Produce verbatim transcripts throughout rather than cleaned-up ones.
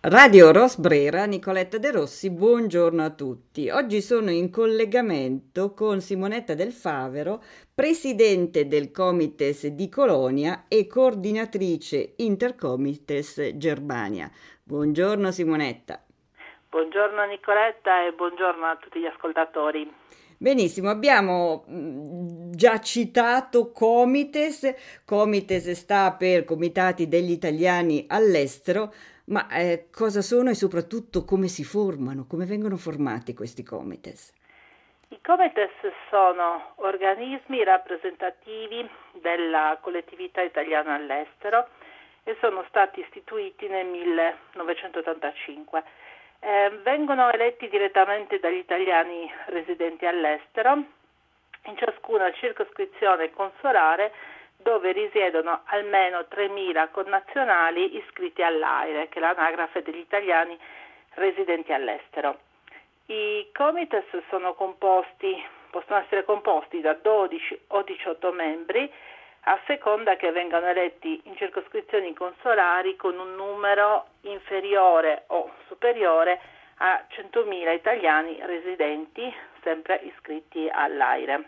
Radio Rosbrera, Nicoletta De Rossi, buongiorno a tutti. Oggi sono in collegamento con Simonetta Del Favero, presidente del Comites di Colonia e coordinatrice Intercomites Germania. Buongiorno Simonetta. Buongiorno Nicoletta e buongiorno a tutti gli ascoltatori. Benissimo, abbiamo già citato Comites. Comites sta per Comitati degli Italiani all'estero. Ma eh, cosa sono e soprattutto come si formano, come vengono formati questi comites? I comites sono organismi rappresentativi della collettività italiana all'estero e sono stati istituiti nel millenovecentottantacinque. Eh, vengono eletti direttamente dagli italiani residenti all'estero in ciascuna circoscrizione consolare dove risiedono almeno tremila connazionali iscritti all'AIRE, che è l'anagrafe degli italiani residenti all'estero. I comites sono composti, possono essere composti da dodici o diciotto membri, a seconda che vengano eletti in circoscrizioni consolari con un numero inferiore o superiore a centomila italiani residenti, sempre iscritti all'AIRE.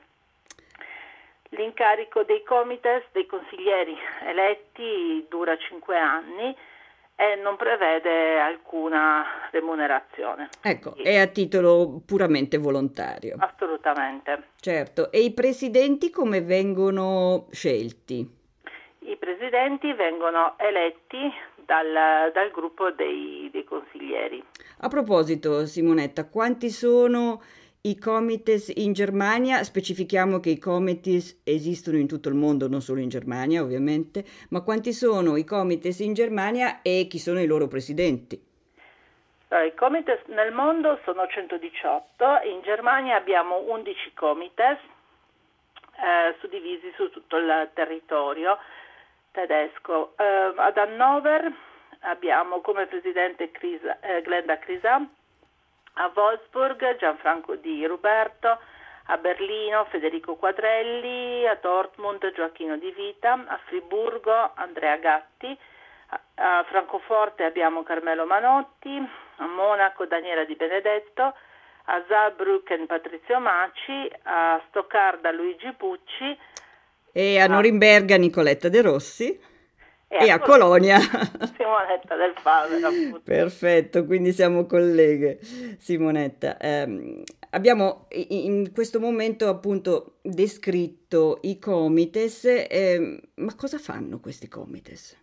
L'incarico dei comites, dei consiglieri eletti, dura cinque anni e non prevede alcuna remunerazione. Ecco, è a titolo puramente volontario. Assolutamente. Certo, e i presidenti come vengono scelti? I presidenti vengono eletti dal, dal gruppo dei, dei consiglieri. A proposito, Simonetta, quanti sono i comites in Germania? Specifichiamo che i comites esistono in tutto il mondo, non solo in Germania ovviamente, ma quanti sono i comites in Germania e chi sono i loro presidenti? Allora, i comites nel mondo sono centodiciotto, in Germania abbiamo undici comites eh, suddivisi su tutto il territorio tedesco. Eh, ad Hannover abbiamo come presidente Chris, eh, Glenda Crisà, a Wolfsburg Gianfranco Di Ruberto, a Berlino Federico Quadrelli, a Dortmund Gioacchino Di Vita, a Friburgo Andrea Gatti, a, a Francoforte abbiamo Carmelo Manotti, a Monaco Daniela Di Benedetto, a Saarbrücken Patrizio Maci, a Stoccarda Luigi Pucci e a Norimberga Nicoletta De Rossi. E, e a Colonia Simonetta Del Favero, appunto. Perfetto, quindi siamo colleghe. Simonetta, ehm, abbiamo in questo momento appunto descritto i comites, ehm, ma cosa fanno questi comites?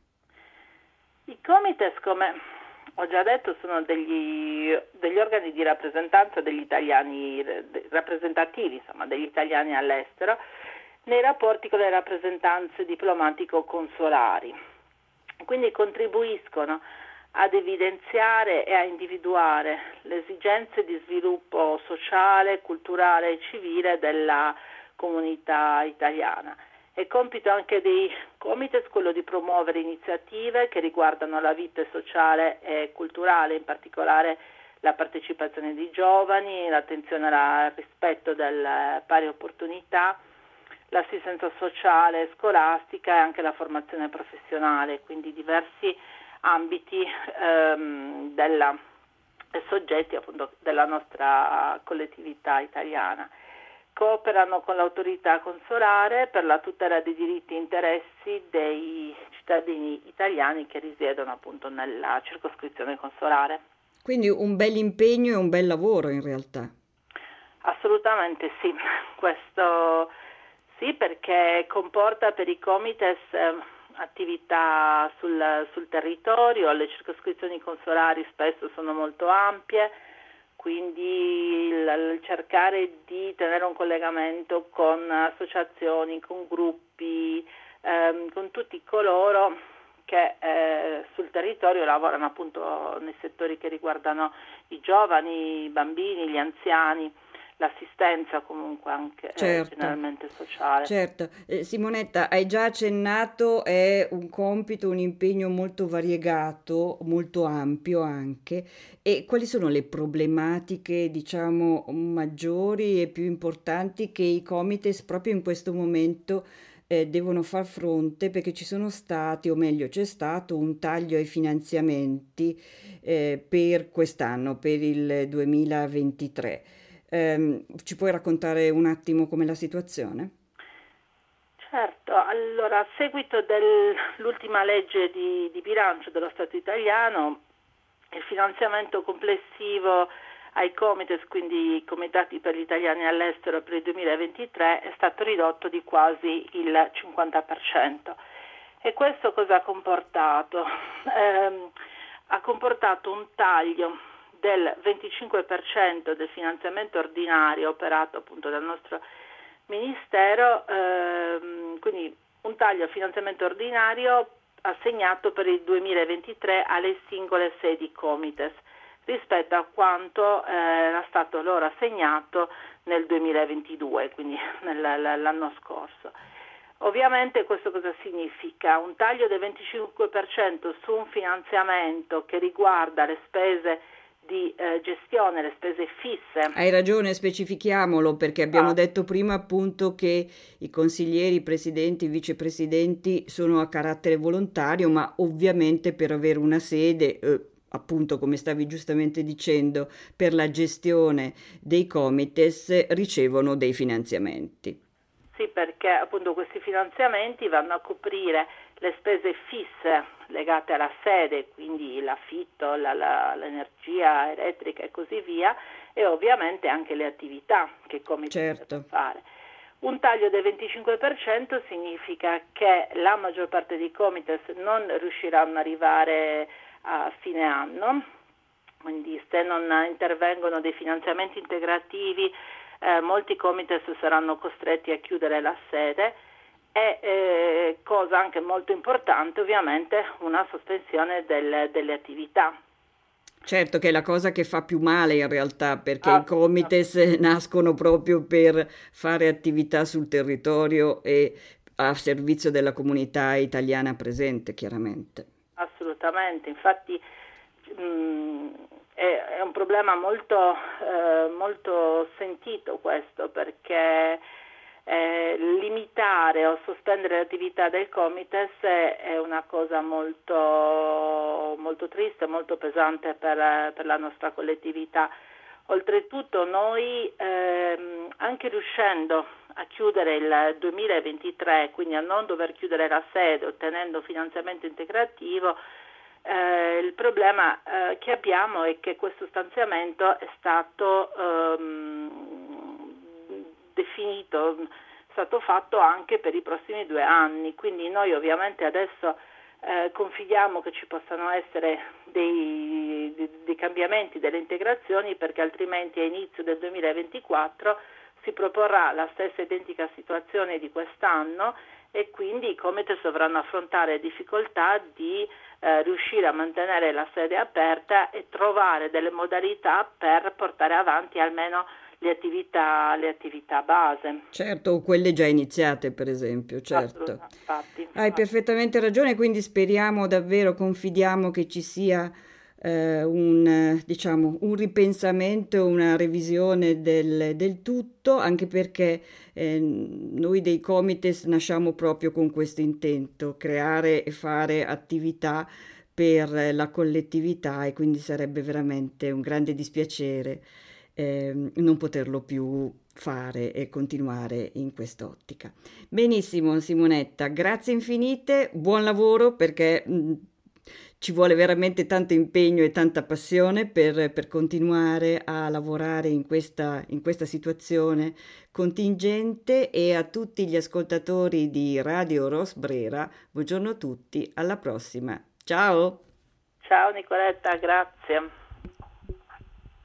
I comites, come ho già detto, sono degli, degli organi di rappresentanza degli italiani, rappresentativi insomma, degli italiani all'estero nei rapporti con le rappresentanze diplomatico-consolari. Quindi contribuiscono ad evidenziare e a individuare le esigenze di sviluppo sociale, culturale e civile della comunità italiana. È compito anche dei comites quello di promuovere iniziative che riguardano la vita sociale e culturale, in particolare la partecipazione di giovani, l'attenzione al rispetto delle pari opportunità, l'assistenza sociale, scolastica e anche la formazione professionale, quindi diversi ambiti ehm, della, soggetti appunto della nostra collettività italiana. Cooperano con l'autorità consolare per la tutela dei diritti e interessi dei cittadini italiani che risiedono appunto nella circoscrizione consolare. Quindi un bel impegno e un bel lavoro in realtà. Assolutamente sì, questo sì, perché comporta per i comites eh, attività sul, sul territorio, le circoscrizioni consolari spesso sono molto ampie, quindi il, il cercare di tenere un collegamento con associazioni, con gruppi, ehm, con tutti coloro che eh, sul territorio lavorano appunto nei settori che riguardano i giovani, i bambini, gli anziani, l'assistenza comunque anche certo, eh, generalmente sociale. Certo, eh, Simonetta, hai già accennato, è un compito, un impegno molto variegato, molto ampio anche. E quali sono le problematiche, diciamo, maggiori e più importanti che i comites proprio in questo momento eh, devono far fronte perché ci sono stati, o meglio c'è stato un taglio ai finanziamenti eh, per quest'anno, per il duemilaventitré. Ehm, ci puoi raccontare un attimo com'è la situazione? Certo, allora a seguito dell'ultima legge di, di bilancio dello Stato italiano, il finanziamento complessivo ai Comites, quindi i Comitati per gli italiani all'estero per il duemilaventitré, è stato ridotto di quasi il cinquanta per cento. E questo cosa ha comportato? Eh, ha comportato un taglio del venticinque per cento del finanziamento ordinario operato appunto dal nostro Ministero, ehm, quindi un taglio al finanziamento ordinario assegnato per il duemilaventitré alle singole sedi Comites rispetto a quanto eh, era stato loro assegnato nel duemilaventidue, quindi nell'anno scorso. Ovviamente questo cosa significa? Un taglio del venticinque per cento su un finanziamento che riguarda le spese di eh, gestione, le spese fisse. Hai ragione, specifichiamolo perché abbiamo Ah. detto prima appunto che i consiglieri, i presidenti, i vicepresidenti sono a carattere volontario, ma ovviamente per avere una sede, eh, appunto come stavi giustamente dicendo, per la gestione dei comites ricevono dei finanziamenti. Sì, perché appunto questi finanziamenti vanno a coprire le spese fisse legate alla sede, quindi l'affitto, la, la, l'energia elettrica e così via, e ovviamente anche le attività che il Comites Certo. deve fare. Un taglio del venticinque per cento significa che la maggior parte dei Comites non riusciranno ad arrivare a fine anno, quindi se non intervengono dei finanziamenti integrativi, eh, molti Comites saranno costretti a chiudere la sede. E eh, cosa anche molto importante, ovviamente, una sospensione del, delle attività. Certo che è la cosa che fa più male in realtà, perché i Ah, comites nascono proprio per fare attività sul territorio e a servizio della comunità italiana presente, chiaramente. assolutamente, infatti mh, è, è un problema molto, eh, molto sentito questo, perché Eh, limitare o sospendere l'attività del Comites è una cosa molto, molto triste, molto pesante per, per la nostra collettività. Oltretutto noi, ehm, anche riuscendo a chiudere il duemilaventitré, quindi a non dover chiudere la sede, ottenendo finanziamento integrativo, eh, il problema eh, che abbiamo è che questo stanziamento è stato ehm, definito, è stato fatto anche per i prossimi due anni, quindi noi ovviamente adesso eh, confidiamo che ci possano essere dei, dei, dei cambiamenti, delle integrazioni, perché altrimenti a inizio del duemilaventiquattro si proporrà la stessa identica situazione di quest'anno e quindi i Comites dovranno affrontare difficoltà di eh, riuscire a mantenere la sede aperta e trovare delle modalità per portare avanti almeno le attività, le attività base. Certo, o quelle già iniziate, per esempio, certo. Assolutamente, infatti. Hai perfettamente ragione, quindi speriamo davvero, confidiamo che ci sia eh, un, eh, diciamo, un ripensamento, una revisione del, del tutto, anche perché eh, noi dei Comites nasciamo proprio con questo intento, creare e fare attività per la collettività, e quindi sarebbe veramente un grande dispiacere eh, non poterlo più fare e continuare in quest'ottica. Benissimo, Simonetta, grazie infinite, buon lavoro, perché mh, ci vuole veramente tanto impegno e tanta passione per, per continuare a lavorare in questa, in questa situazione contingente, e a tutti gli ascoltatori di Radio Ros Brera, buongiorno a tutti, alla prossima. Ciao! Ciao Nicoletta, grazie.